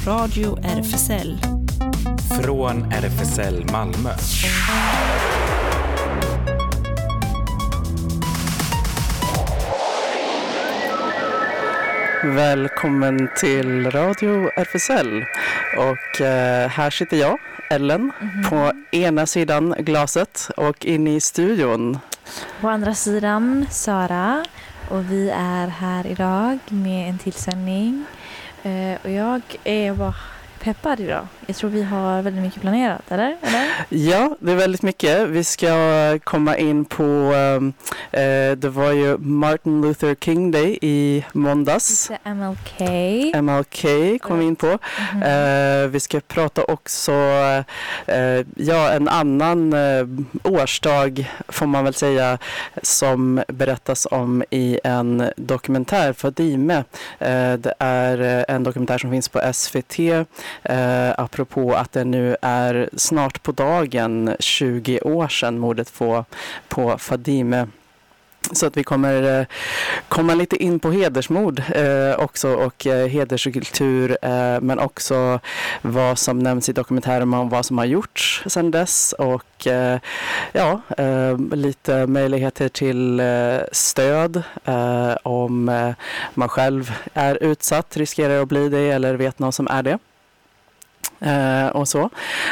Radio RFSL. Från RFSL Malmö. Välkommen till Radio RFSL. Och här sitter jag, Ellen, på ena sidan glaset och inne i studion. På andra sidan, Sara. Och vi är här idag med en tillsändning. Och jag är bara peppad idag. Jag tror vi har väldigt mycket planerat, eller? Ja, det är väldigt mycket. Vi ska komma in på, det var ju Martin Luther King Day i måndags. MLK kom vi in på. Vi ska prata också, en annan årsdag får man väl säga, som berättas om i en dokumentär, Fadime. Det är en dokumentär som finns på SVT. Apropå att det nu är snart på dagen 20 år sedan mordet på Fadime. Så att vi kommer komma lite in på hedersmord också och hederskultur, men också vad som nämns i dokumentären om vad som har gjorts sedan dess och lite möjligheter till stöd om man själv är utsatt, riskerar att bli det eller vet någon som är det. Och så.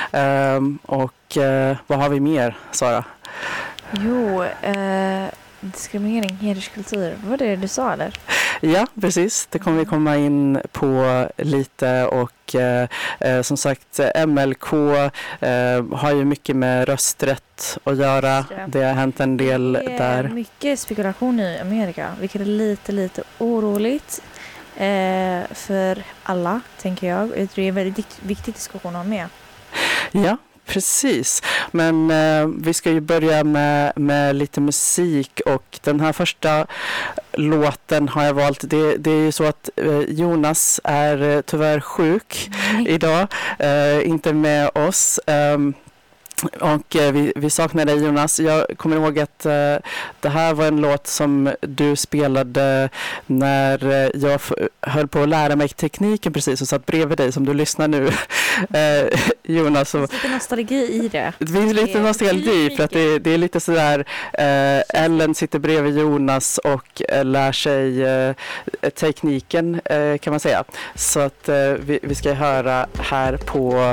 Vad har vi mer, Sara? Jo, diskriminering, hederskultur. Vad var det du sa, eller? Ja, precis. Det kommer vi komma in på lite och som sagt, MLK har ju mycket med rösträtt att göra. Det har hänt en del där. Det är mycket spekulation i Amerika, vilket är lite oroligt. För alla, tänker jag. Jag tror det är en väldigt viktig diskussion att ha med. Ja, precis. Men vi ska ju börja med lite musik. Och den här första låten har jag valt. Det är ju så att Jonas är tyvärr sjuk idag. Inte med oss. Och vi saknar dig, Jonas. Jag kommer ihåg att det här var en låt som du spelade när jag höll på att lära mig tekniken precis och satt bredvid dig som du lyssnar nu. Jonas. Det finns lite nostalgi i det. Det finns lite nostalgi för att det är lite sådär Ellen sitter bredvid Jonas och lär sig tekniken kan man säga. Så att vi ska höra här på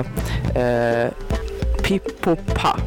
Pippopa.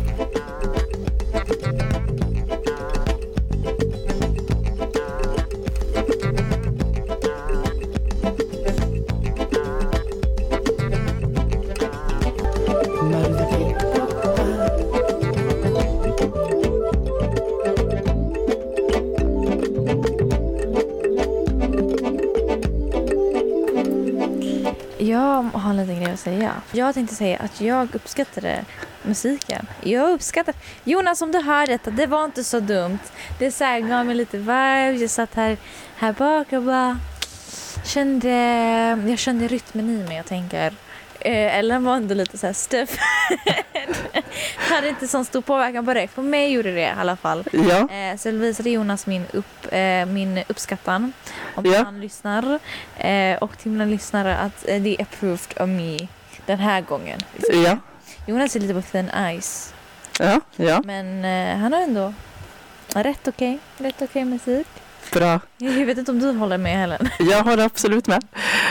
Jag har en liten grej att säga. Jag tänkte säga att jag uppskattade musiken. Jag uppskattar... Jonas, om du hör detta, det var inte så dumt. Det så här, gav mig lite vibe. Jag satt här bak och bara jag kände rytmen i mig. Jag tänker... Eller var ändå lite så här stuff. Hade inte sån stor påverkan på det. För mig gjorde det i alla fall. Ja. Så visade Jonas min uppskattan. Om han lyssnar. Och till mina lyssnare att det är approved of me den här gången. Ja. Jonas är lite på thin ice. Ja. Men han har ändå rätt okej musik. Bra. Jag vet inte om du håller med, Helen. Jag håller absolut med.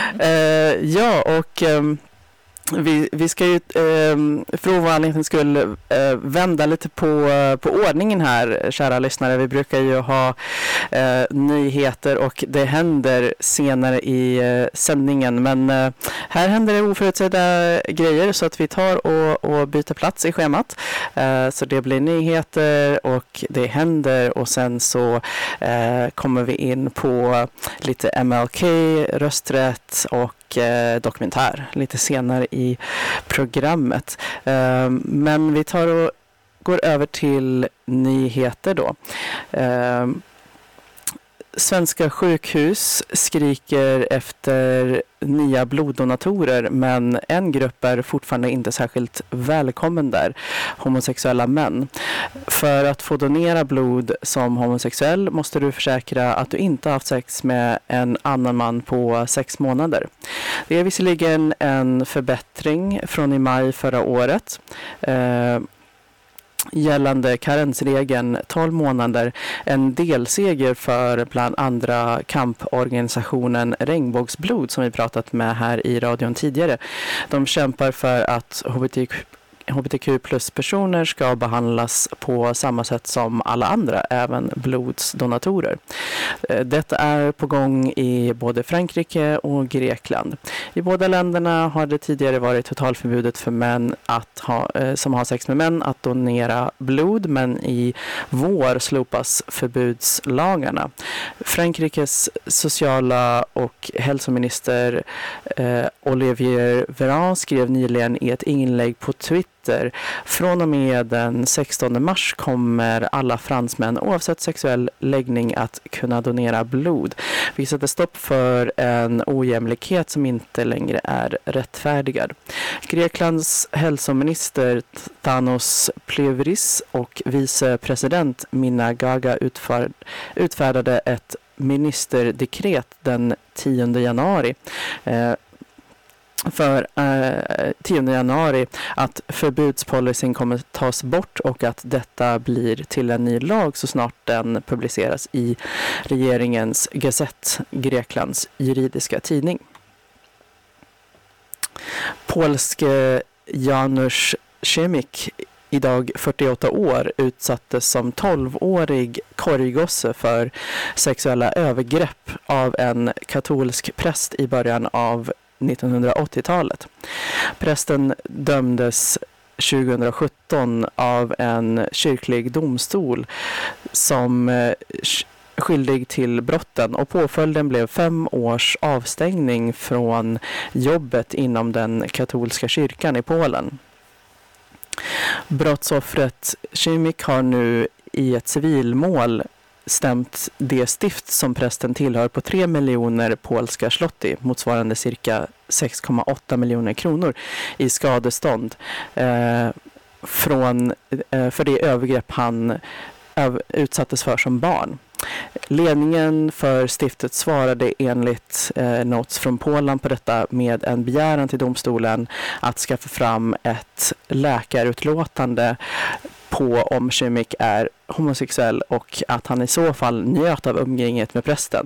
Vi ska ju för ovanlighetens skull vända lite på ordningen här, kära lyssnare. Vi brukar ju ha nyheter och det händer senare i sändningen. Men här händer det oförutsedda grejer så att vi tar och byter plats i schemat. Så det blir nyheter och det händer och sen så kommer vi in på lite MLK, rösträtt och dokumentär lite senare i programmet. Men vi tar och går över till nyheter då. Svenska sjukhus skriker efter nya bloddonatorer, men en grupp är fortfarande inte särskilt välkommen där, homosexuella män. För att få donera blod som homosexuell måste du försäkra att du inte har haft sex med en annan man på 6 månader. Det är visserligen en förbättring från i maj förra året. Gällande karensregeln 12 månader, en delseger för bland andra kamporganisationen Regnbågsblod som vi pratat med här i radion tidigare. De kämpar för att HBTQ plus personer ska behandlas på samma sätt som alla andra, även blodsdonatorer. Detta är på gång i både Frankrike och Grekland. I båda länderna har det tidigare varit totalförbudet för män som har sex med män att donera blod, men i vår slopas förbudslagarna. Frankrikes sociala och hälsominister Olivier Véran skrev nyligen i ett inlägg på Twitter: från och med den 16 mars kommer alla fransmän oavsett sexuell läggning att kunna donera blod. Vi sätter stopp för en ojämlikhet som inte längre är rättfärdigad. Greklands hälsominister Thanos Plevris och vicepresident Mina Gaga utfärdade ett ministerdekret den 10 januari att förbudspolicyn kommer tas bort och att detta blir till en ny lag så snart den publiceras i regeringens Gazette, Greklands juridiska tidning. Polske Janusz Chemik, idag 48 år, utsattes som 12-årig korggosse för sexuella övergrepp av en katolsk präst i början av 1980-talet. Prästen dömdes 2017 av en kyrklig domstol som skyldig till brotten, och påföljden blev 5 års avstängning från jobbet inom den katolska kyrkan i Polen. Brottsoffret Chimik har nu i ett civilmål stämt det stift som prästen tillhör på 3 miljoner polska zloty, motsvarande cirka 6,8 miljoner kronor i skadestånd för det övergrepp han utsattes för som barn. Ledningen för stiftet svarade enligt notes från Polen på detta med en begäran till domstolen att skaffa fram ett läkarutlåtande på om Chimik är homosexuell och att han i så fall njöt av umgänget med prästen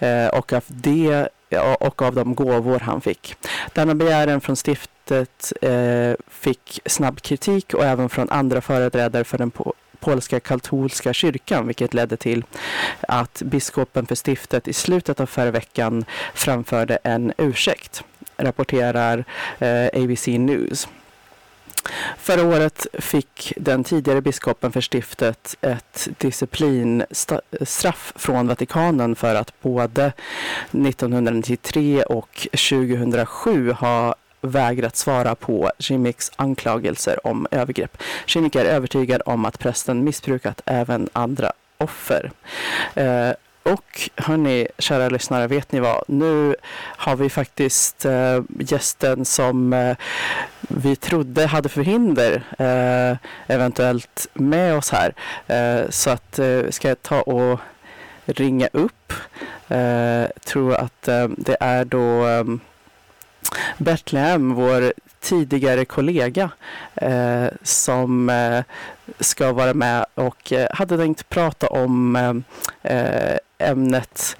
och av de gåvor han fick. Denna begäran från stiftet fick snabb kritik och även från andra företrädare för den polska katolska kyrkan, vilket ledde till att biskopen för stiftet i slutet av förra veckan framförde en ursäkt, rapporterar ABC News. Förra året fick den tidigare biskopen för stiftet ett disciplinstraff från Vatikanen för att både 1993 och 2007 ha vägrat svara på Chimiks anklagelser om övergrepp. Chimik är övertygad om att prästen missbrukat även andra offer. Och hörni, kära lyssnare, vet ni vad? Nu har vi faktiskt gästen som vi trodde hade förhinder eventuellt med oss här. Så att ska jag ta och ringa upp. Tror att det är då Betlehem, vår tidigare kollega, som ska vara med och hade tänkt prata om ämnet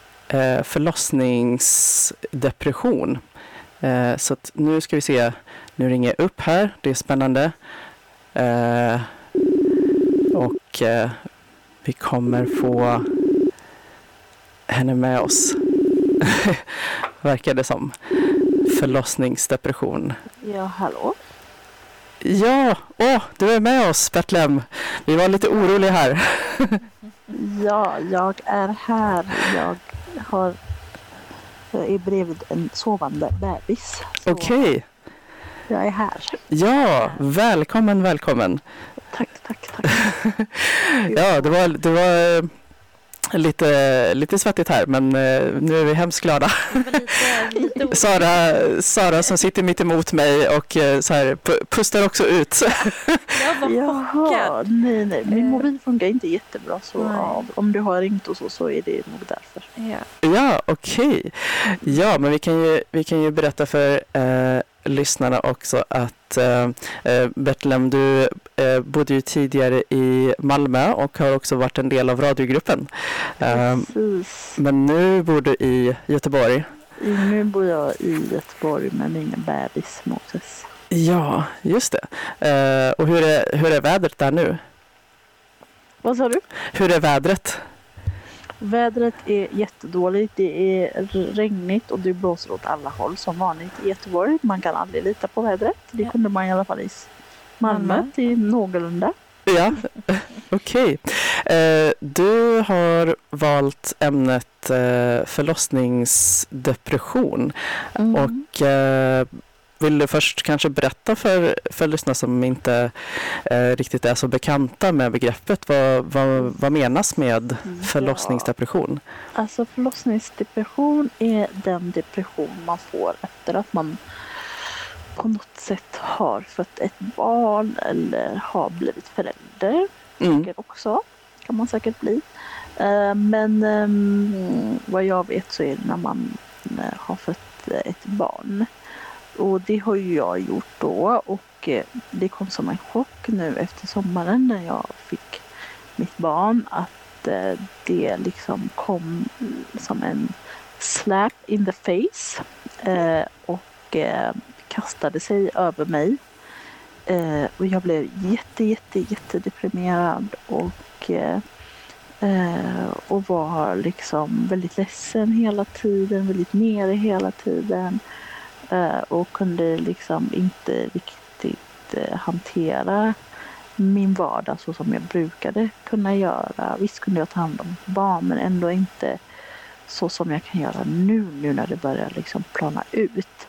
förlossningsdepression. Så att nu ska vi se, nu ringer jag upp här, det är spännande. Och vi kommer få henne med oss. Verkar det som. Förlossningsdepression. Ja, hallå? Ja, du är med oss, Betlehem. Vi var lite oroliga här. Ja, jag är här. Jag är bredvid en sovande bebis. Okej. Jag är här. Ja, välkommen. Tack. Ja, det var lite svettigt här, men nu är vi hemskt glada. Lite Sara som sitter mitt emot mig och så här pustar också ut. Jag var chockad. Nej. Min mobil funkar inte jättebra, så om du har ringt och så är det nog därför. Ja, okej. Ja, men vi kan ju berätta för lyssnarna också att Betlehem, du bodde ju tidigare i Malmö och har också varit en del av radiogruppen. Men nu bor du i Göteborg. Nu bor jag i Göteborg med min bebis Moses. Ja, just det. Och hur är vädret där nu? Vad sa du? Hur är vädret? Vädret är jättedåligt. Det är regnigt och det blåser åt alla håll som vanligt i Göteborg. Man kan aldrig lita på vädret. Det kunde man i alla fall i Malmö till någorlunda. Ja, okej. Du har valt ämnet förlossningsdepression. Och vill du först kanske berätta för lyssnare som inte riktigt är så bekanta med begreppet, vad menas med förlossningsdepression? Alltså förlossningsdepression är den depression man får efter att man på något sätt har fått ett barn eller har blivit förälder. Också kan man säkert bli. Men vad jag vet så är det när man har fått ett barn. Och det har ju jag gjort då, och det kom som en chock nu efter sommaren när jag fick mitt barn, att det liksom kom som en slap in the face och kastade sig över mig. Och jag blev jätte deprimerad och var liksom väldigt ledsen hela tiden, väldigt nere hela tiden. Och kunde liksom inte riktigt hantera min vardag så som jag brukade kunna göra. Visst kunde jag ta hand om barn, men ändå inte så som jag kan göra nu när det börjar liksom plana ut.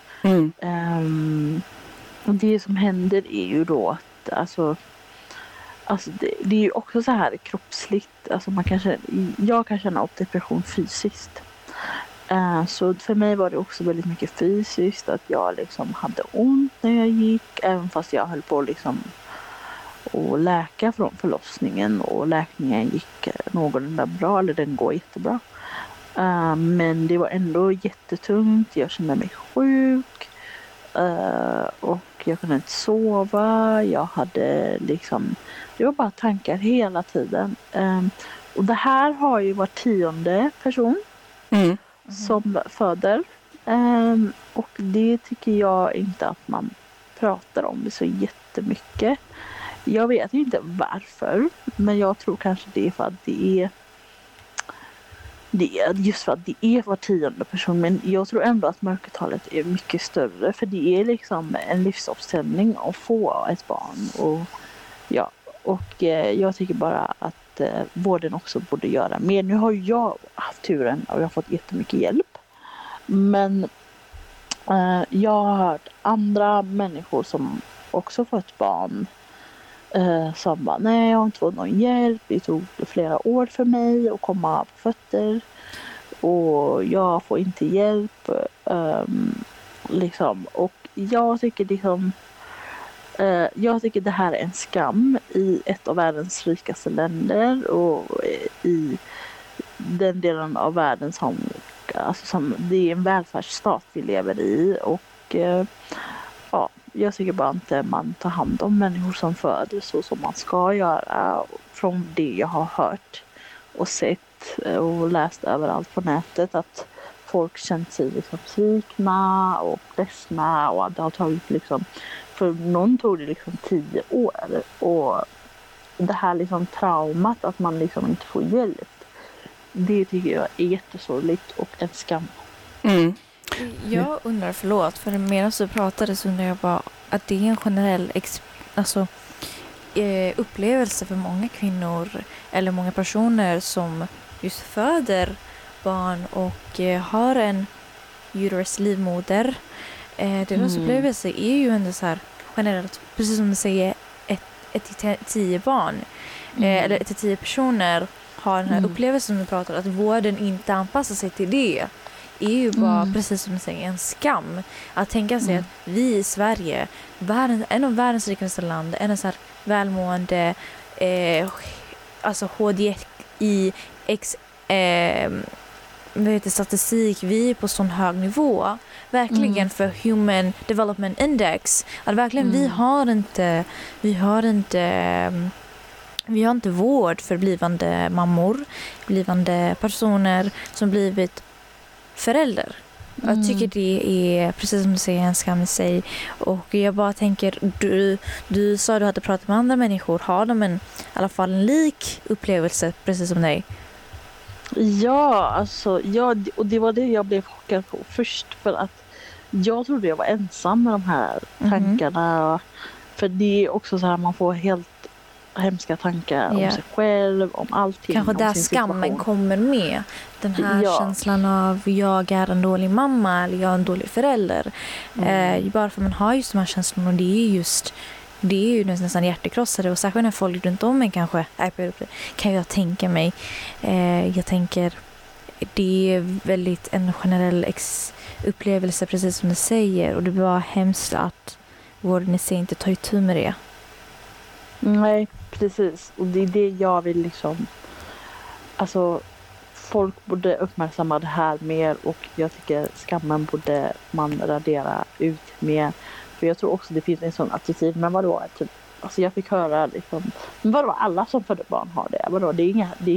Och det som händer är ju då att alltså det är ju också så här kroppsligt. Alltså jag kan känna av depression fysiskt. Så för mig var det också väldigt mycket fysiskt, att jag liksom hade ont när jag gick, även fast jag höll på liksom att läka från förlossningen, och läkningen gick någorlunda bra, eller den går jättebra. Men det var ändå jättetungt, jag kände mig sjuk och jag kunde inte sova, jag hade liksom, det var bara tankar hela tiden. Och det här har ju var 10:e person som föder. Och det tycker jag inte att man pratar om det så jättemycket. Jag vet inte varför, men jag tror kanske det är för att det är just för att det är var 10:e person. Men jag tror ändå att mörkertalet är mycket större, för det är liksom en livsomställning att få ett barn. Och jag tycker bara att vården också borde göra mer. Nu har jag haft turen och jag har fått jättemycket hjälp. Men jag har hört andra människor som också fått barn som bara, nej, jag har inte fått någon hjälp. Det tog flera år för mig att komma på fötter. Och jag får inte hjälp. Liksom. Och jag tycker liksom jag tycker det här är en skam i ett av världens rikaste länder och i den delen av världen som det är en välfärdsstat vi lever i, och jag tycker bara inte man tar hand om människor som föder så som man ska göra, från det jag har hört och sett och läst överallt på nätet, att folk känt sig liksom svikna och ledsna, och att det har tagit liksom, för någon tog det liksom 10 år, och det här liksom traumat att man liksom inte får hjälp, det tycker jag är jättesorgligt och en skam. Jag undrar, förlåt, för medan du pratade så undrar jag bara att det är en generell upplevelse för många kvinnor eller många personer som just föder barn och har en uterus, livmoder. Deras upplevelse är ju ändå så här generellt, precis som du säger, 1-10 barn eller 1-10 personer har den här upplevelsen du pratar om, att vården inte anpassar sig till det, är ju bara precis som du säger en skam. Att tänka sig att vi i Sverige, en av världens rikaste land, en av så här välmående alltså HDI statistik, vi är på sån hög nivå verkligen för Human Development Index, att verkligen vi har inte vård för blivande mammor, blivande personer som blivit förälder. Jag tycker det är precis som du säger en skam i sig, och jag bara tänker, du sa du hade pratat med andra människor, har de i alla fall en lik upplevelse precis som dig? Ja, alltså, och det var det jag blev chockad på först, för att jag trodde jag var ensam med de här tankarna, för det är också så här, man får helt hemska tankar om sig själv, om allting. Kanske där skammen kommer med. Den här känslan av jag är en dålig mamma eller jag är en dålig förälder. Bara för man har just de här känslorna, och det är ju nästan hjärtekrossade, och särskilt när folk runt om mig kanske kan jag tänka mig. Jag tänker det är väldigt en generell upplevelse precis som du säger, och det var hemskt att vården i sig inte tar itu med det. Nej, precis. Och det är det jag vill liksom, alltså folk borde uppmärksamma det här mer, och jag tycker skammen borde man radera ut mer. För jag tror också det finns en sån attityd, men vadå, typ, alltså jag fick höra liksom, men vadå, alla som föder barn har det. Vadå, det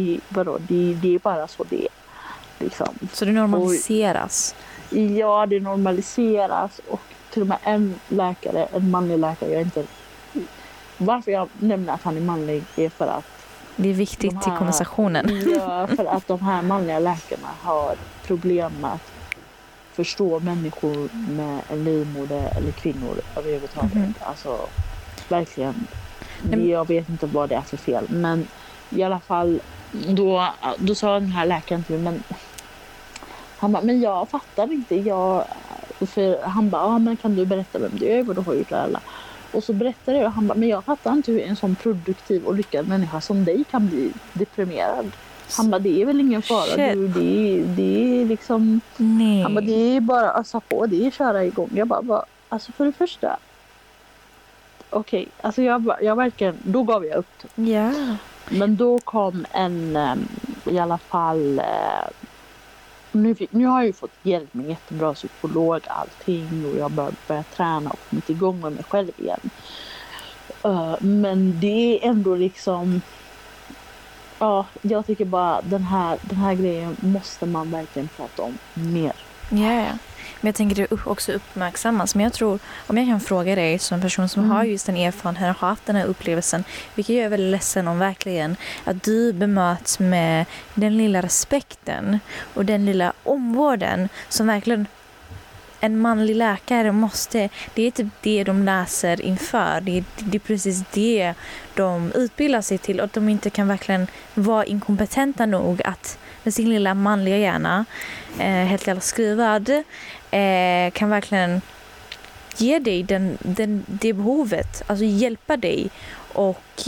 är bara så det är. Liksom. Så det normaliseras? Och, ja, det normaliseras, och till och med en manlig läkare, jag inte. Varför jag nämner att han är manlig är för att det är viktigt till konversationen. Ja, för att de här manliga läkarna har problem med att förstå människor med en livmoder eller kvinnor överhuvudtaget. Alltså verkligen. Jag vet inte vad det är för fel, men i alla fall då sa den här läkaren till mig, han bara, men jag fattar inte. För han bara, men kan du berätta vem du är, vad du har gjort alla? Och så berättade jag, och han bara, men jag fattar inte hur en sån produktiv och lyckad människa som dig kan bli deprimerad. Han bara, det är väl ingen fara. Det är liksom... Nej. Han bara, det är bara att ösa på, det är köra igång. Jag bara, alltså för det första... Okej, alltså jag verkligen... Då gav jag upp. Ja. Men då kom i alla fall... Nu har jag ju fått hjälp med jättebra psykolog, allting, och jag börjat träna och kommit igång med mig själv igen. Men det är ändå liksom, ja, jag tycker bara den här grejen måste man verkligen prata om mer. Ja. Men jag tänker det också uppmärksammas. Men jag tror, om jag kan fråga dig som en person som har just en erfarenhet och har haft den här upplevelsen, vilket jag är väldigt ledsen om verkligen, att du bemöts med den lilla respekten och den lilla omvården som verkligen en manlig läkare måste, det är typ det de läser inför, det är precis det de utbildar sig till, och att de inte kan verkligen vara inkompetenta nog att med sin lilla manliga hjärna, helt jävla skruvad, kan verkligen ge dig det behovet, alltså hjälpa dig och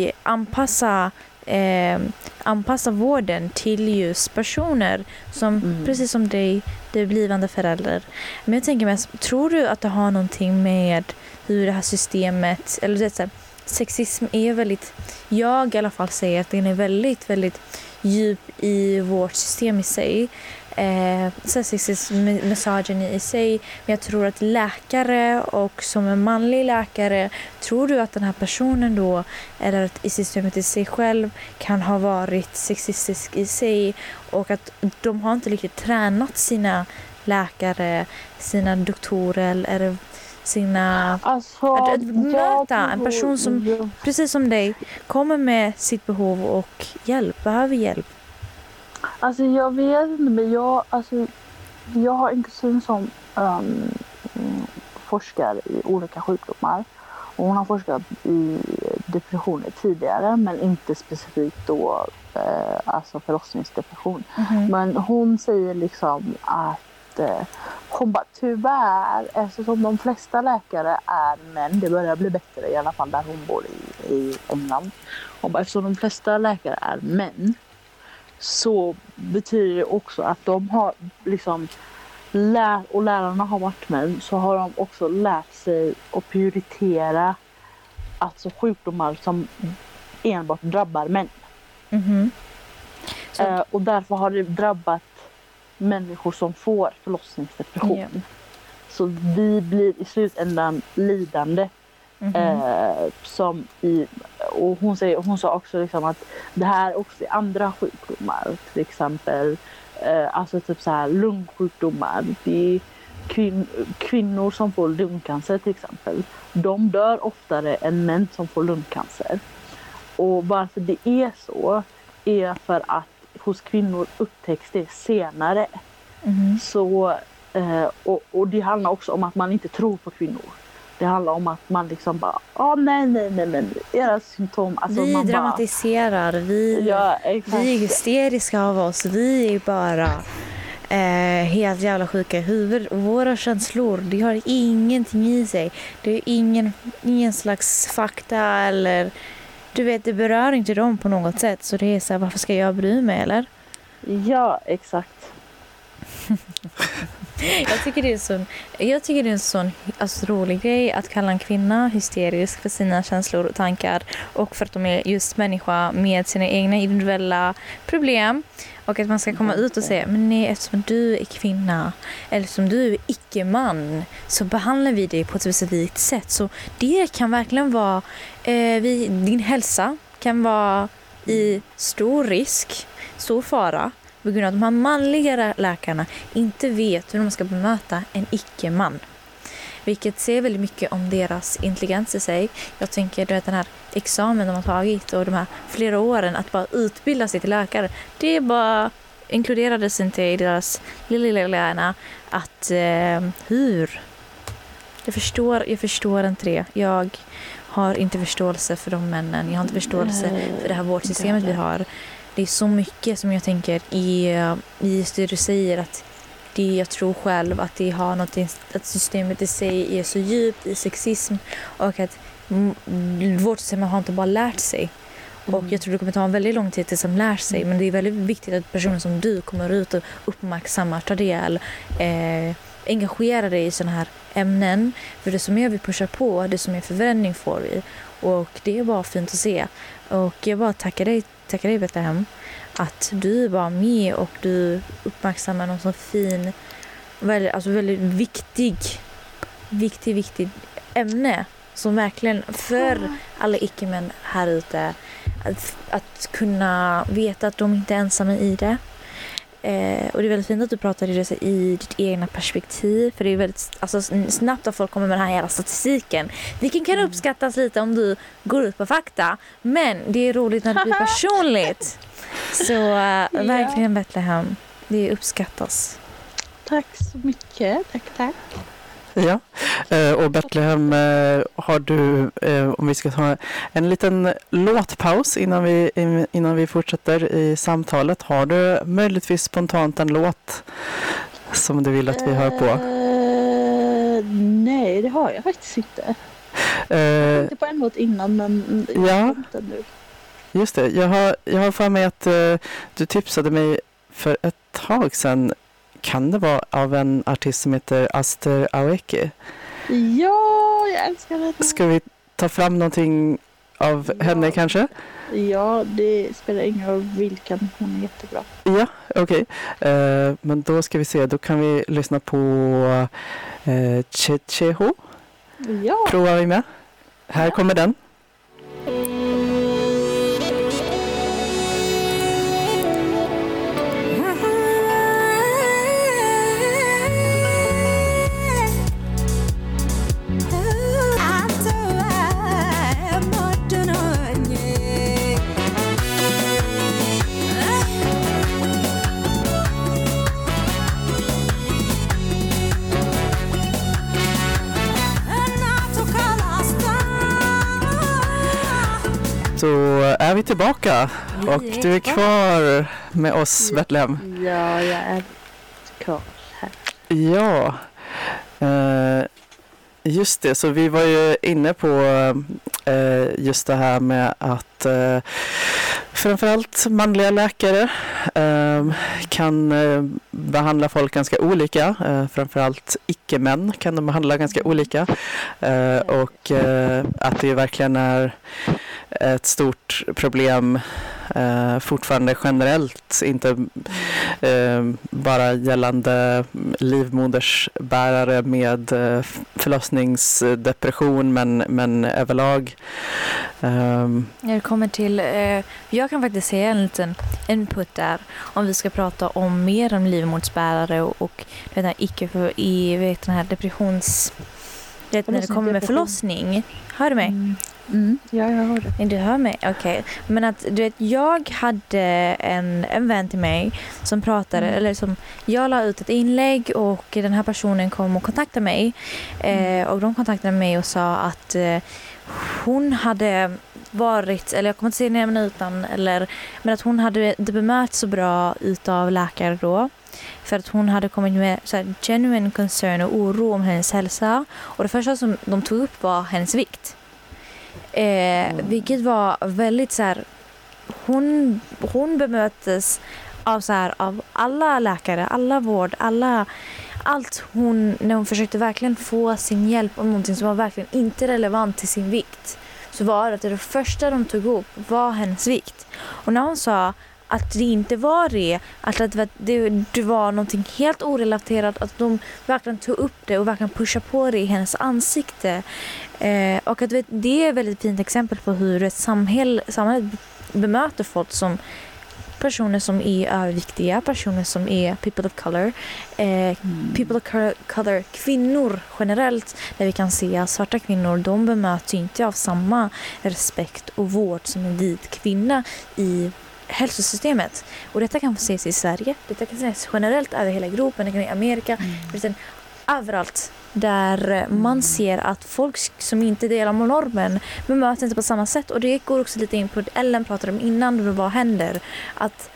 anpassa vården till just personer som precis som dig, det är blivande förälder. Men jag tänker mest, tror du att det har någonting med hur det här systemet, eller det så, sexism är väldigt, jag i alla fall säger att den är väldigt, väldigt djup i vårt system i sig. Sexism, misogyny i sig, men jag tror att läkare, och som en manlig läkare, tror du att den här personen då, eller att i systemet i sig själv kan ha varit sexistisk i sig, och att de har inte riktigt tränat sina läkare, sina doktorer eller sina, att möta en person som precis som dig kommer med sitt behov och behöver hjälp. Alltså jag vet inte, men jag har en kusin som forskar i olika sjukdomar, och hon har forskat i depressioner tidigare, men inte specifikt då alltså förlossningsdepression. Men hon säger liksom att hon bara, tyvärr, eftersom de flesta läkare är män, det börjar bli bättre i alla fall där hon bor i England, och bara, eftersom de flesta läkare är män, så betyder det också att de har liksom och lärarna har varit med, så har de också lärt sig att prioritera alltså sjukdomar som enbart drabbar män. Och därför har det drabbat människor som får förlossningsdepression. Yeah. Så vi blir i slutändan lidande. Och hon sa också liksom att det här också är andra sjukdomar, till exempel alltså typ så här lungsjukdomar. Det är kvinnor som får lungcancer till exempel. De dör oftare än män som får lungcancer. Och varför det är så är för att hos kvinnor upptäcks det senare. Så, och det handlar också om att man inte tror på kvinnor. Det handlar om att man liksom bara, nej, era symptom. Alltså vi man dramatiserar, vi är hysteriska av oss, vi är bara helt jävla sjuka i huvudet. Och våra känslor, det har ingenting i sig. Det är ingen slags fakta eller, du vet, det berör inte dem på något sätt. Så det är så här, varför ska jag bry mig, eller? Ja, exakt. Jag tycker det är en sån alltså, rolig grej att kalla en kvinna hysterisk för sina känslor och tankar, och för att de är just människa med sina egna individuella problem, och att man ska komma ut och säga, men nej, eftersom du är kvinna eller som du är icke-man så behandlar vi dig på ett specifikt sätt. Så det kan verkligen vara din hälsa kan vara i stor risk, stor fara, på grund av att de här manliga läkarna inte vet hur de ska bemöta en icke-man. Vilket säger väldigt mycket om deras intelligens i sig. Jag tänker att den här examen de har tagit och de här flera åren att bara utbilda sig till läkare, det bara inkluderades inte i deras lilla hjärna att hur. Jag förstår inte det. Jag har inte förståelse för de männen. Jag har inte förståelse för det här vårdsystemet vi har. Det är så mycket som jag tänker i det du säger, att det, jag tror själv att det har något, att systemet i sig är så djupt i sexism, och att vårt system har inte bara lärt sig. Och jag tror det kommer ta en väldigt lång tid tills de lär sig, men det är väldigt viktigt att personer som du kommer ut och uppmärksammar, tar del, engagerar dig i sådana här ämnen. För det som jag vill pusha på, det som är förvändning får vi. Och det är bara fint att se. Och jag bara tackar dig Betlehem, att du var med och du uppmärksammar någon så fin, väldigt viktig ämne som verkligen för alla icke-män här ute att kunna veta att de inte är ensamma i det. Och det är väldigt fint att du pratar i ditt egna perspektiv, för det är väldigt snabbt att folk kommer med den här hela statistiken, vilken kan uppskattas lite om du går ut på fakta, men det är roligt när det blir personligt. Så verkligen Betlehem, det uppskattas. Tack så mycket, tack. Ja, och Betlehem, har du, om vi ska ta en liten låtpaus innan vi fortsätter i samtalet, har du möjligtvis spontant en låt som du vill att vi hör på? Nej, det har jag faktiskt inte. Jag tänkte på en låt innan, men ja, inte nu. Just det, jag har för mig att du tipsade mig för ett tag sedan. Kan det vara av en artist som heter Aster Aweke? Ja, jag älskar henne. Ska vi ta fram någonting av henne kanske? Ja, det spelar ingen roll vilken. Hon är jättebra. Ja, okej. Men då ska vi se. Då kan vi lyssna på Checheho. Ja. Provar vi med. Här kommer den. Så är vi tillbaka och du är kvar med oss, Betlehem. Ja, jag är kvar här. Ja, just det. Så vi var ju inne på just det här med att Framförallt manliga läkare kan behandla folk ganska olika. Framförallt icke-män kan de behandla ganska olika. Och att det verkligen är ett stort problem fortfarande generellt, inte bara gällande livmodersbärare med förlossningsdepression, men överlag. Jag kommer till, jag kan faktiskt säga en liten input där om vi ska prata om mer om livmodersbärare och den här depressions, när det kommer med förlossning. Hör du mig? Ja, jag hör det. Du hör mig? Okej. Men att du vet, jag hade en vän till mig som pratade, eller som jag la ut ett inlägg och den här personen kom och kontaktade mig. Och de kontaktade mig och sa att hon hade varit, eller jag kommer inte säga nämna utan, men att hon hade inte bemött så bra utav läkare då. För att hon hade kommit med så här genuine concern och oro om hennes hälsa. Och det första som de tog upp var hennes vikt. Vilket var väldigt så här, hon bemöttes av så här, av alla läkare, alla vård, allt när hon försökte verkligen få sin hjälp om någonting som var verkligen inte relevant till sin vikt, så var det första de tog upp var hennes vikt. Och när hon sa att det inte var det, att det var någonting helt orelaterat, att de verkligen tog upp det och verkligen pushade på det i hennes ansikte. Och att det är ett väldigt fint exempel på hur ett samhället bemöter folk som personer som är överviktiga, personer som är people of color, people of color, kvinnor generellt, där vi kan se att svarta kvinnor, de bemöts inte av samma respekt och vård som en vit kvinna i hälsosystemet. Och detta kan ses i Sverige, detta kan ses generellt över hela Europa, det kan i Amerika, överallt där man ser att folk som inte delar normen bemöts inte på samma sätt. Och det går också lite in på det Ellen pratade om innan, vad händer att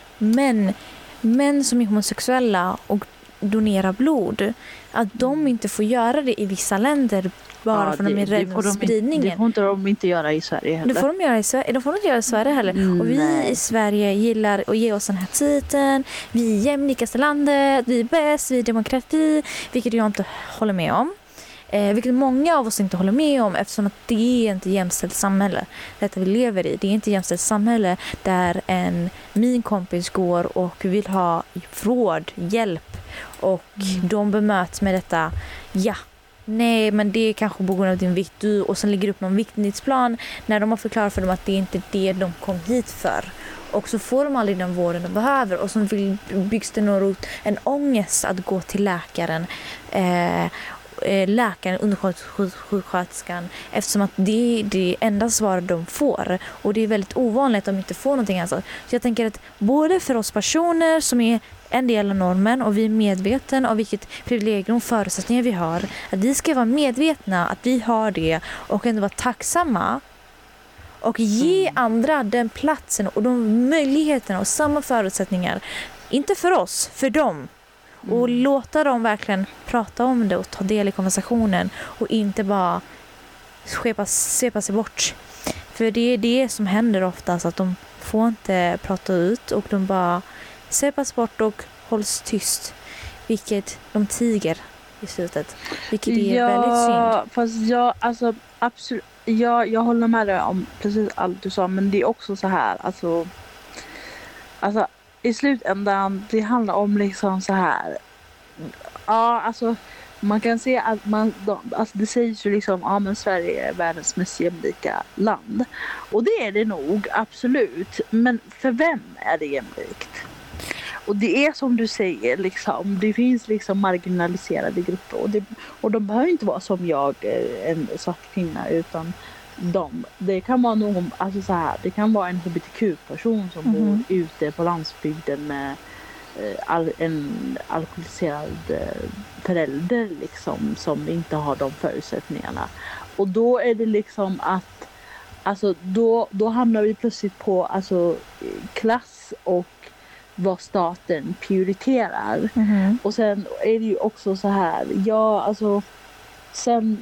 män som är homosexuella och donerar blod, att de inte får göra det i vissa länder bara för att de är rädda för spridningen. Det får de inte göra i Sverige heller. Det får de göra i Sverige. De får inte göra i Sverige heller. Och vi i Sverige gillar att ge oss den här titeln. Vi är jämlikaste landet. Vi är bäst. Vi är demokrati. Vilket jag inte håller med om. Vilket många av oss inte håller med om, eftersom att det är inte jämställt samhälle detta vi lever i. Det är inte jämställt samhälle där min kompis går och vill ha vård, hjälp, och de bemöts med detta, nej, men det är kanske på grund av din vikt, och sen lägger upp någon viktningsplan när de har förklarat för dem att det inte är det de kom hit för. Och så får de aldrig den vården de behöver, och så byggs det en ångest att gå till läkaren, undersköterskan, eftersom att det är det enda svar de får, och det är väldigt ovanligt om de inte får någonting alltså. Så jag tänker att både för oss personer som är en del av normen och vi är medvetna om vilket privilegium och förutsättningar vi har, att vi ska vara medvetna att vi har det och ändå vara tacksamma och ge andra den platsen och de möjligheterna och samma förutsättningar, inte för oss, för dem. Och låta dem verkligen prata om det och ta del i konversationen och inte bara svepa sig bort. För det är det som händer oftast, att de får inte prata ut och de bara svepas bort och hålls tyst. Vilket de tiger i slutet. Vilket är väldigt synd. Fast absolut, jag håller med dig om precis allt du sa, men det är också så här, alltså i slutändan, det handlar om liksom så här. Ja, alltså man kan se att det sägs ju liksom, men Sverige är världens mest jämlika land. Och det är det nog, absolut. Men för vem är det jämlikt? Och det är som du säger, liksom, det finns liksom marginaliserade grupper. Och de behöver inte vara som jag, en svart kvinna, utan det kan vara någon, alltså så här, det kan vara en hbtq-person som bor ute på landsbygden med en alkoholiserad förälder liksom, som inte har de förutsättningarna. Och då är det liksom att alltså då hamnar vi plötsligt på alltså klass och vad staten prioriterar. Och sen är det ju också så här, sen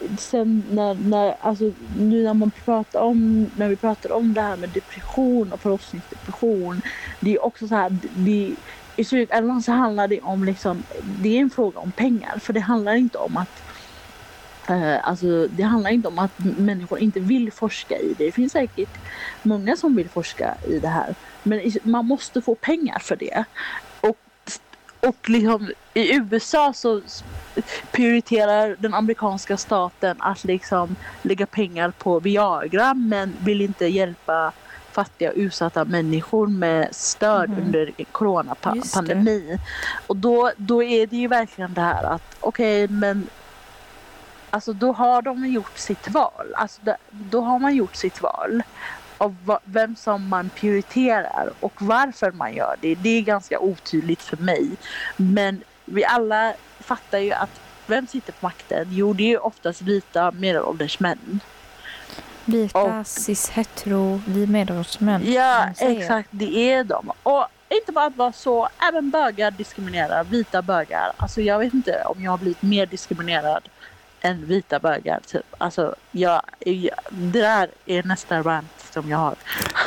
sen alltså, nu när vi pratar om det här med depression och förlossningsdepression, det är också så här, i slutändan så handlar det om liksom, det är en fråga om pengar, för det handlar inte om att det handlar inte om att människor inte vill forska i det. Det finns säkert många som vill forska i det här, men man måste få pengar för det. Och liksom, i USA så prioriterar den amerikanska staten att liksom lägga pengar på Viagra, men vill inte hjälpa fattiga utsatta människor med stöd under coronapandemin. Och då är det ju verkligen det här att men alltså då har de gjort sitt val. Alltså då har man gjort sitt val av vem som man prioriterar och varför man gör det. Det är ganska otydligt för mig. Men vi alla fattar ju att vem sitter på makten? Jo, det är oftast vita medelålders män. Vita, cis-hetero, vi medelålders män. Ja, exakt. Det är de. Och inte bara att vara så, även bögar diskriminerar, vita bögar. Alltså jag vet inte om jag har blivit mer diskriminerad än vita bögar typ. Alltså det där är nästa rant som jag har.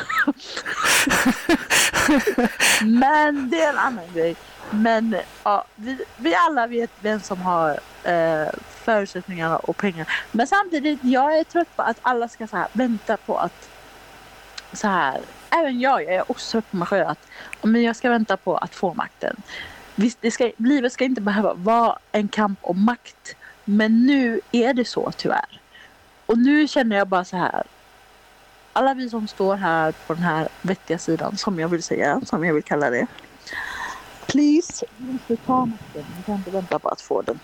Men det är en annan grej. Men ja, vi alla vet vem som har förutsättningarna och pengar. Men samtidigt, jag är trött på att alla ska så här vänta på att så här, även jag är också trött på mig själv att men jag ska vänta på att få makten. Visst, livet ska inte behöva vara en kamp om makt. Men nu är det så tyvärr. Och nu känner jag bara så här. Alla vi som står här på den här vettiga sidan, som jag vill säga, som jag vill kalla det. Please, vi ta makten. Vi kan inte vänta på att få den.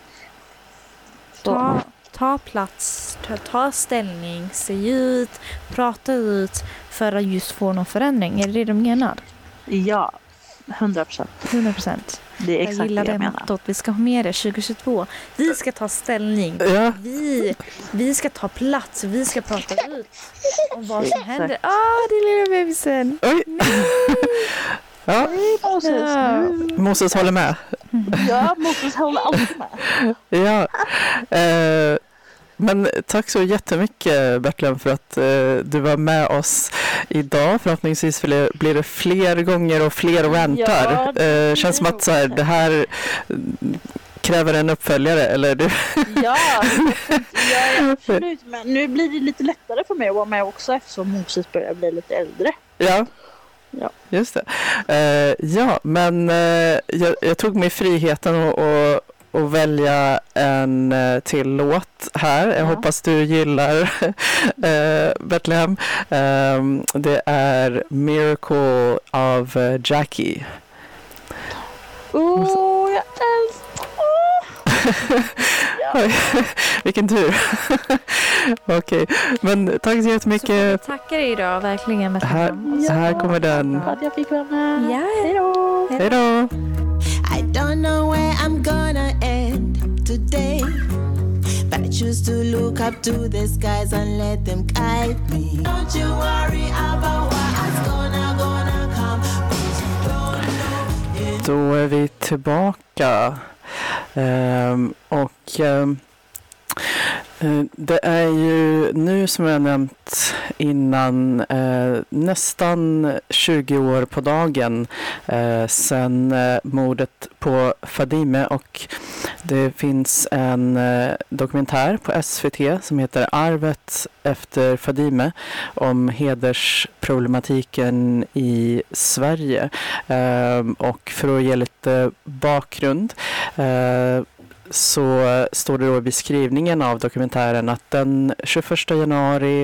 Ta plats, ta ställning, se ut, prata ut för att just få någon förändring. Är det du menar? Ja, 100%. 100%. Det är exakt jag gillar det jag det menar. mottot. Vi ska ha med det 2022. Vi ska ta ställning. Ja. Vi ska ta plats. Vi ska prata ut om vad som händer. Det är lilla bebisen. Oj. Ja. Moses håller med. Ja, Moses håller alltid med. Ja. Men tack så jättemycket Bertlem för att du var med oss idag. Förhoppningsvis blir det fler gånger och fler rantar. Ja, känns som att så här, det här kräver en uppföljare, eller du? Ja, absolut. Men nu blir det lite lättare för mig att vara med också eftersom Moses börjar bli lite äldre. Ja. Just det. Men jag tog mig friheten och välja en till låt här. Jag hoppas du gillar Bethlehem. Det är Miracle av Jackie. Jag älskar. Vilken tur. Okej, men tack så jättemycket. Tackar idag, verkligen. Här kommer den. Att jag fick vara med. Ja, hej då. I don't know where I'm gonna end today, but I choose to look up to the skies and let them guide me. Don't you worry about what's gonna come, 'cause you don't know. Då är vi tillbaka. Det är ju nu som jag nämnt innan nästan 20 år på dagen sedan mordet på Fadime, och det finns en dokumentär på SVT som heter Arvet efter Fadime om hedersproblematiken i Sverige. Och för att ge lite bakgrund så står det då i beskrivningen av dokumentären att den 21 januari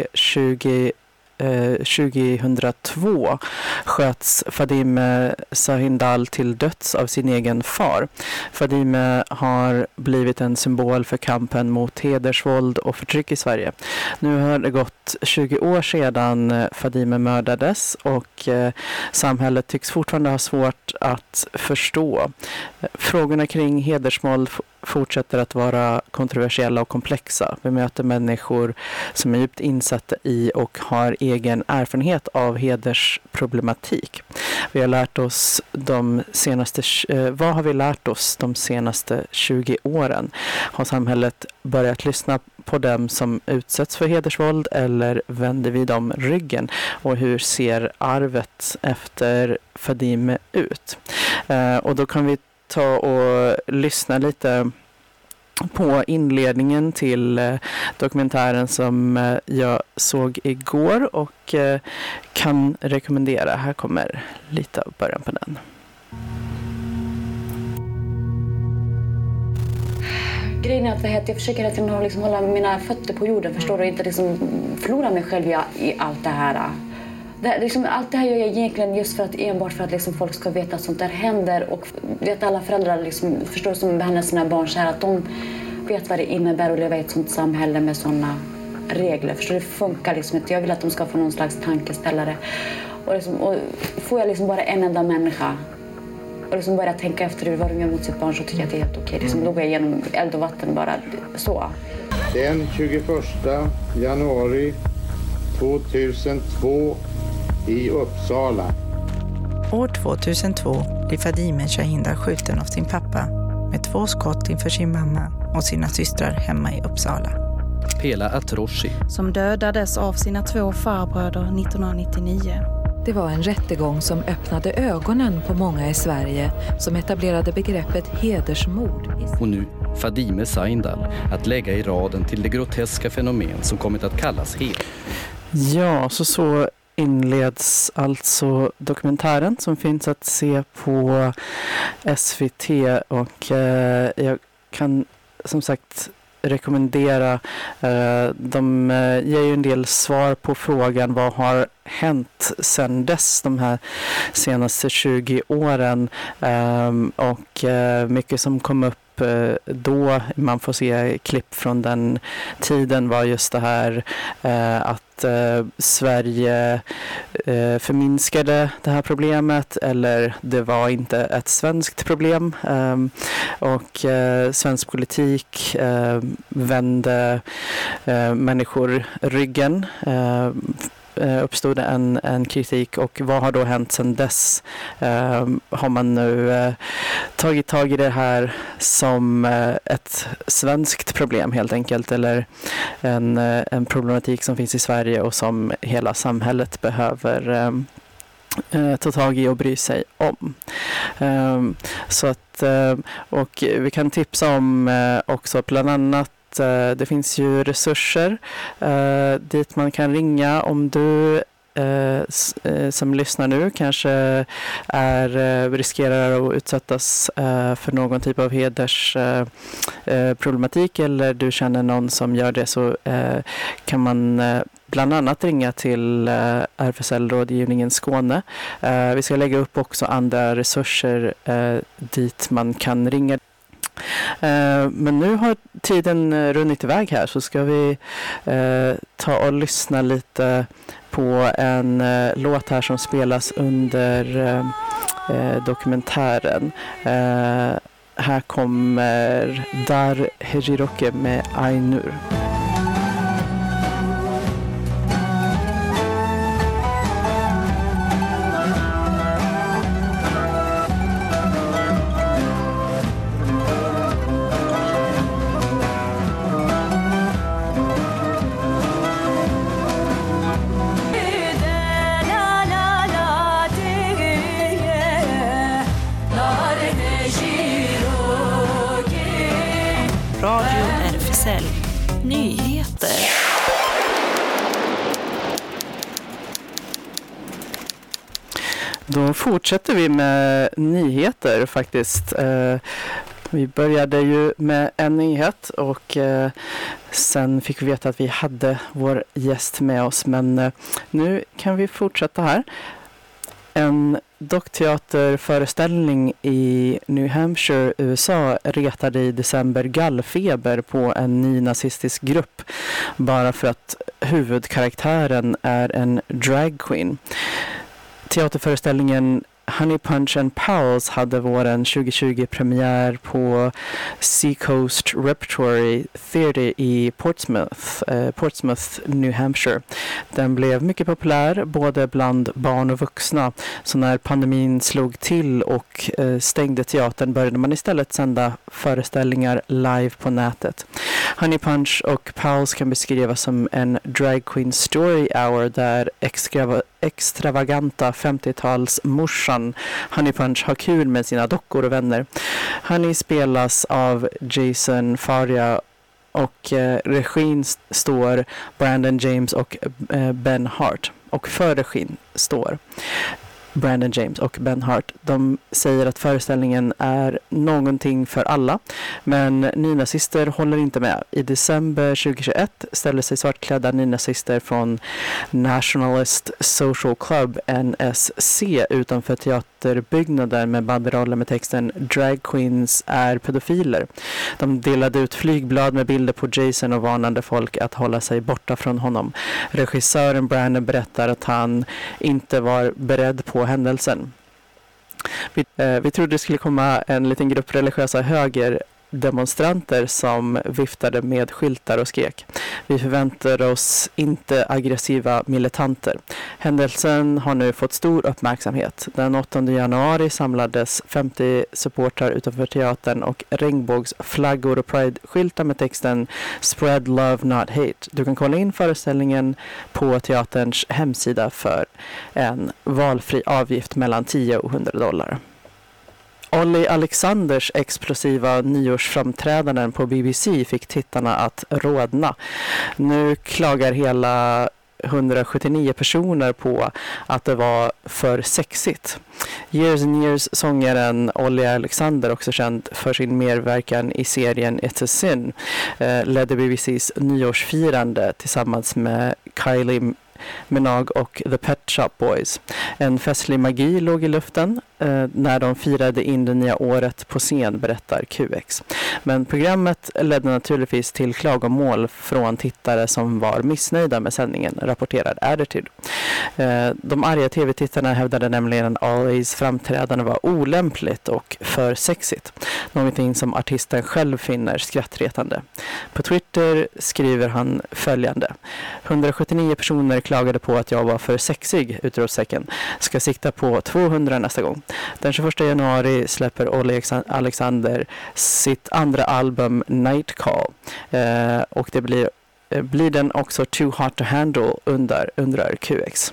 2002 sköts Fadime Sahindal till döds av sin egen far. Fadime har blivit en symbol för kampen mot hedersvåld och förtryck i Sverige. Nu har det gått 20 år sedan Fadime mördades, och samhället tycks fortfarande ha svårt att förstå. Frågorna kring hedersvåld fortsätter att vara kontroversiella och komplexa. Vi möter människor som är djupt insatta i och har egen erfarenhet av hedersproblematik. Vi har lärt oss vad har vi lärt oss de senaste 20 åren? Har samhället börjat lyssna på dem som utsätts för hedersvåld eller vänder vi dem ryggen? Och hur ser arvet efter Fadime ut? Och då kan vi ta och lyssna lite på inledningen till dokumentären som jag såg igår och kan rekommendera. Här kommer lite av början på den. Grejen är att jag försöker hela tiden liksom hålla mina fötter på jorden, förstår du? Inte liksom förlora mig själv i allt det här. Allt det här gör jag egentligen just för att enbart för att liksom folk ska veta att sånt där händer och vet alla föräldrar liksom, förstår som behandlar sina barn så här, att de vet vad det innebär att leva i ett sånt samhälle med såna regler. Förstår du? Det funkar liksom inte. Jag vill att de ska få någon slags tankeställare. Och får jag liksom bara en enda människa och liksom börja tänka efter vad de gör mot sitt barn, så tycker jag att det är helt okej. Liksom, då går jag igenom eld och vatten bara så. Den 21 januari 2002 i Uppsala. År 2002 blir Fadime Shahindar skjuten av sin pappa med 2 skott inför sin mamma och sina systrar hemma i Uppsala. Pela Atroshi, som dödades av sina 2 farbröder 1999. Det var en rättegång som öppnade ögonen på många i Sverige som etablerade begreppet hedersmord. Och nu Fadime Sahindar att lägga i raden till det groteska fenomen som kommit att kallas heder. Ja, så inleds alltså dokumentären som finns att se på SVT och jag kan som sagt rekommendera. De ger ju en del svar på frågan vad har hänt sedan dess de här senaste 20 åren och mycket som kom upp då man får se klipp från den tiden var just det här att Sverige förminskade det här problemet eller det var inte ett svenskt problem och svensk politik vände människor ryggen. Uppstod en kritik och vad har då hänt sedan dess? Har man nu tagit tag i det här som ett svenskt problem helt enkelt eller en problematik som finns i Sverige och som hela samhället behöver ta tag i och bry sig om. Så att, och vi kan tipsa om också bland annat det finns ju resurser dit man kan ringa om du som lyssnar nu kanske riskerar att utsättas för någon typ av hedersproblematik eller du känner någon som gör det så kan man bland annat ringa till RFSL-rådgivningen Skåne. Vi ska lägga upp också andra resurser dit man kan ringa. Men nu har tiden runnit iväg här så ska vi ta och lyssna lite på en låt här som spelas under dokumentären. Här kommer Dar Hejiroke med Ainur. Radio RFSL. Nyheter. Då fortsätter vi med nyheter faktiskt. Vi började ju med en nyhet och sen fick vi veta att vi hade vår gäst med oss. Men nu kan vi fortsätta här. En dockteaterföreställning i New Hampshire, USA retade i december gallfeber på en nynazistisk grupp bara för att huvudkaraktären är en dragqueen. Teaterföreställningen Honey Punch and Pals hade våren 2020 premiär på Seacoast Repertory Theatre i Portsmouth, New Hampshire. Den blev mycket populär både bland barn och vuxna. Så när pandemin slog till och stängde teatern började man istället sända föreställningar live på nätet. Honey Punch och Pals kan beskrivas som en drag queen story hour där extravaganta 50-tals morsan Honey Punch har kul med sina dockor och vänner. Honey spelas av Jason Faria och regin står Brandon James och Ben Hart. Och för regin står Brandon James och Ben Hart. De säger att föreställningen är någonting för alla, men nynazister håller inte med. I december 2021 ställde sig svartklädda nynazister från Nationalist Social Club, NSC, utanför teaterbyggnaden med banderoller med texten "Drag Queens är pedofiler". De delade ut flygblad med bilder på Jason och varnade folk att hålla sig borta från honom. Regissören Brandon berättar att han inte var beredd på händelsen. Vi trodde det skulle komma en liten grupp religiösa högerdemonstranter som viftade med skyltar och skrek. Vi förväntar oss inte aggressiva militanter. Händelsen har nu fått stor uppmärksamhet. Den 8 januari samlades 50 supportrar utanför teatern och regnbågsflaggor och pride-skyltar med texten "Spread love not hate". Du kan kolla in föreställningen på teaterns hemsida för en valfri avgift mellan $10 och $100. Olly Alexanders explosiva nyårsframträdanden på BBC fick tittarna att rodna. Nu klagar hela 179 personer på att det var för sexigt. Years and Years-sångaren Olly Alexander, också känd för sin medverkan i serien It's a Sin, ledde BBCs nyårsfirande tillsammans med Kylie Minogue och The Pet Shop Boys. En festlig magi låg i luften när de firade in det nya året på scen, berättar QX. Men programmet ledde naturligtvis till klagomål från tittare som var missnöjda med sändningen, rapporterar Attitude. De arga tv-tittarna hävdade nämligen att Ollys framträdande var olämpligt och för sexigt. Någonting som artisten själv finner skrattretande. På Twitter skriver han följande: 179 personer klagade på att jag var för sexig, utropstecken. Ska sikta på 200 nästa gång. Den 21 januari släpper Olly Alexander sitt andra album Night Call. Och det blir den också Too Hot to Handle, undrar QX.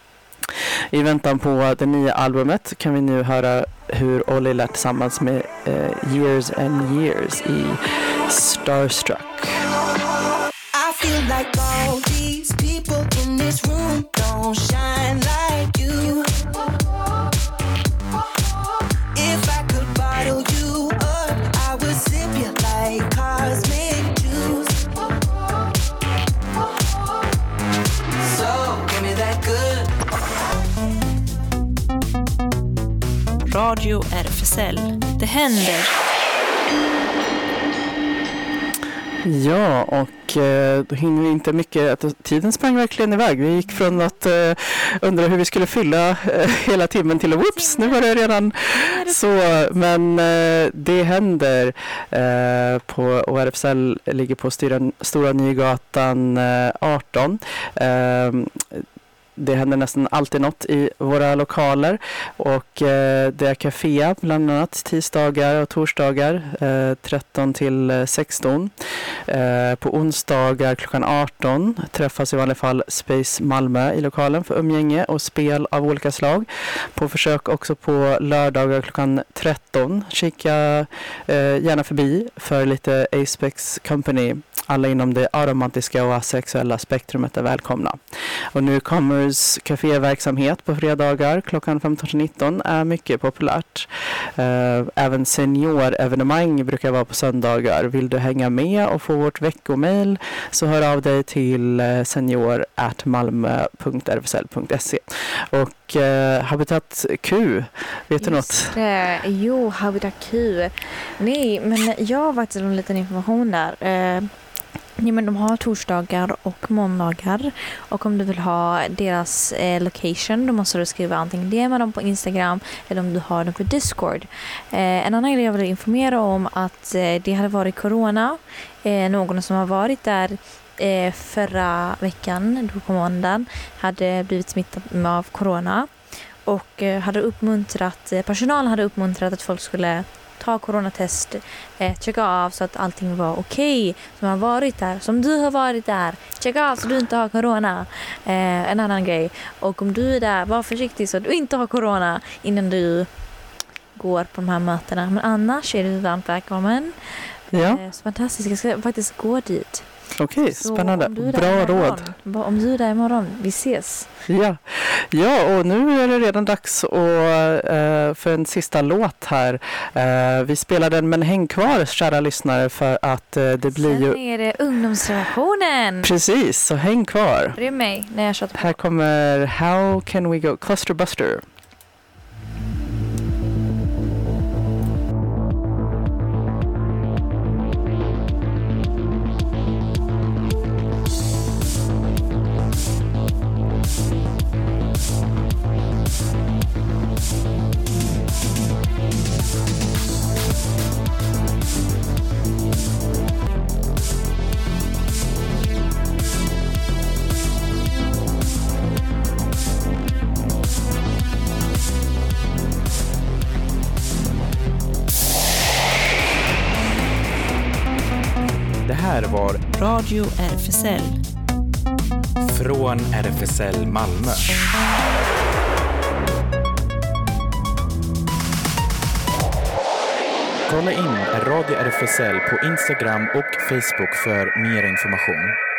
I väntan på det nya albumet kan vi nu höra hur Olly lät tillsammans med Years and Years i Starstruck. I feel like all these people in this room don't shine like you. If I could bottle you up, I would sip you like cosmic juice. So give me that good. Radio RFSL. Det händer. Ja, och då hinner vi inte mycket. Tiden sprang verkligen iväg. Vi gick från att undra hur vi skulle fylla hela timmen till att whoops, nu var det redan så. Men det händer på RFSL ligger på Stora Nygatan 18. Det händer nästan alltid något i våra lokaler och det är café bland annat tisdagar och torsdagar 13 till 16. På onsdagar klockan 18 träffas i vanliga fall Space Malmö i lokalen för umgänge och spel av olika slag. På försök också på lördagar klockan 13. Kika gärna förbi för lite Apex Company. Alla inom det aromantiska och asexuella spektrumet är välkomna. Och Newcomers kaféverksamhet på fredagar klockan 15-19 är mycket populärt. Även seniorevenemang brukar vara på söndagar. Vill du hänga med och få vårt veckomail så hör av dig till senior@malmo.rfsl.se. Och Habitat Q, vet du något? Jo, Habitat Q. Nej, men jag har faktiskt en liten information där. Ja, men de har torsdagar och måndagar. Och om du vill ha deras location, då måste du skriva antingen det med dem på Instagram eller om du har dem på Discord. En annan grej jag vill informera om att det hade varit corona. Någon som har varit där förra veckan, då på måndagen, hade blivit smittad av corona. Och personalen hade uppmuntrat att folk skulle ta coronatest, checka av så att allting var okej. Som har varit där, som du har varit där, checka av så du inte har corona. En annan grej. Och om du är där, var försiktig så att du inte har corona innan du går på de här mötena. Men annars är du varmt välkommen. Ja. Så fantastiskt, jag ska faktiskt gå dit. Okej, spännande. Bra råd. Om du är där imorgon, vi ses. Ja, och nu är det redan dags för en sista låt här. Vi spelar den, men häng kvar, kära lyssnare, för att det blir ju... Sen är det ungdomsreaktionen. Precis, så häng kvar. Bry mig när jag tjatar på. Här kommer How Can We Go? Clusterbuster. Det här var Radio RFSL. Från RFSL Malmö. Kolla in Radio RFSL på Instagram och Facebook för mer information.